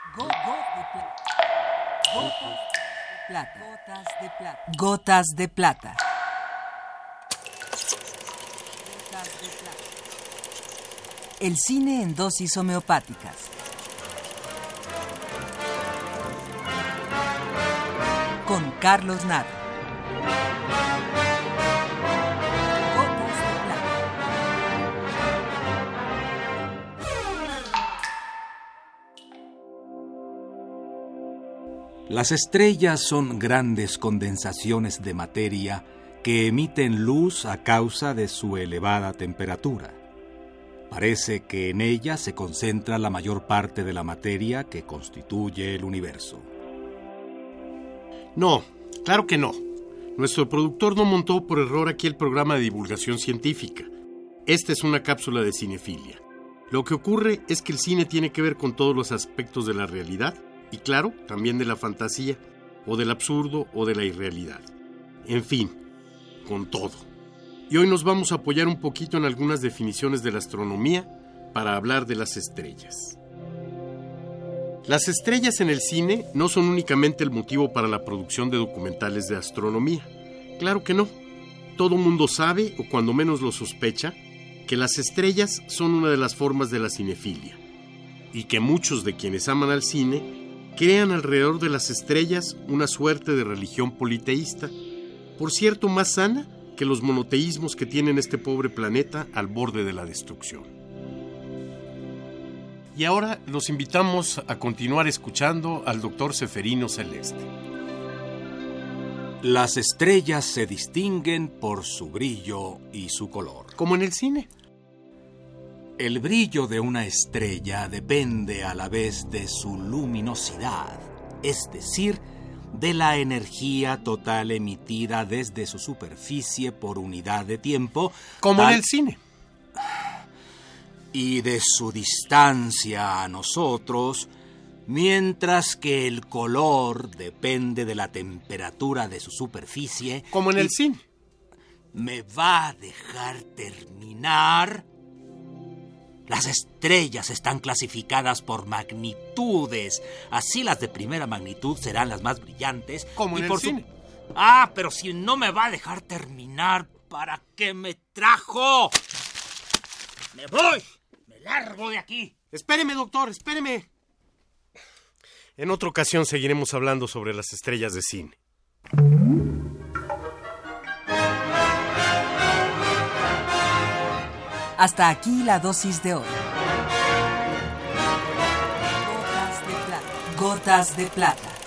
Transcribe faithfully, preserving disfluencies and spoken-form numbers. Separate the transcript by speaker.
Speaker 1: Gotas de plata. Gotas de plata. El cine en dosis homeopáticas. Con Carlos Narro.
Speaker 2: Las estrellas son grandes condensaciones de materia que emiten luz a causa de su elevada temperatura. Parece que en ellas se concentra la mayor parte de la materia que constituye el universo.
Speaker 3: No, claro que no. Nuestro productor no montó por error aquí el programa de divulgación científica. Esta es una cápsula de cinefilia. Lo que ocurre es que el cine tiene que ver con todos los aspectos de la realidad y, claro, también de la fantasía, o del absurdo o de la irrealidad. En fin, con todo. Y hoy nos vamos a apoyar un poquito en algunas definiciones de la astronomía para hablar de las estrellas. Las estrellas en el cine no son únicamente el motivo para la producción de documentales de astronomía. Claro que no. Todo mundo sabe, o cuando menos lo sospecha, que las estrellas son una de las formas de la cinefilia, y que muchos de quienes aman al cine crean alrededor de las estrellas una suerte de religión politeísta, por cierto más sana que los monoteísmos que tienen este pobre planeta al borde de la destrucción. Y ahora los invitamos a continuar escuchando al doctor Ceferino Celeste.
Speaker 2: Las estrellas se distinguen por su brillo y su color.
Speaker 3: Como en el cine.
Speaker 2: El brillo de una estrella depende a la vez de su luminosidad, es decir, de la energía total emitida desde su superficie por unidad de tiempo.
Speaker 3: Como
Speaker 2: tal...
Speaker 3: en el cine.
Speaker 2: Y de su distancia a nosotros, mientras que el color depende de la temperatura de su superficie.
Speaker 3: Como en
Speaker 2: y...
Speaker 3: el cine.
Speaker 2: ¿Me va a dejar terminar? Las estrellas están clasificadas por magnitudes. Así las de primera magnitud serán las más brillantes.
Speaker 3: Como en
Speaker 2: y
Speaker 3: el
Speaker 2: por
Speaker 3: cine.
Speaker 2: Su... Ah, pero si no me va a dejar terminar, ¿para qué me trajo? ¡Me voy! ¡Me largo de aquí!
Speaker 3: Espéreme, doctor, espéreme. En otra ocasión seguiremos hablando sobre las estrellas de cine.
Speaker 1: Hasta aquí la dosis de hoy. Gotas de plata. Gotas de plata.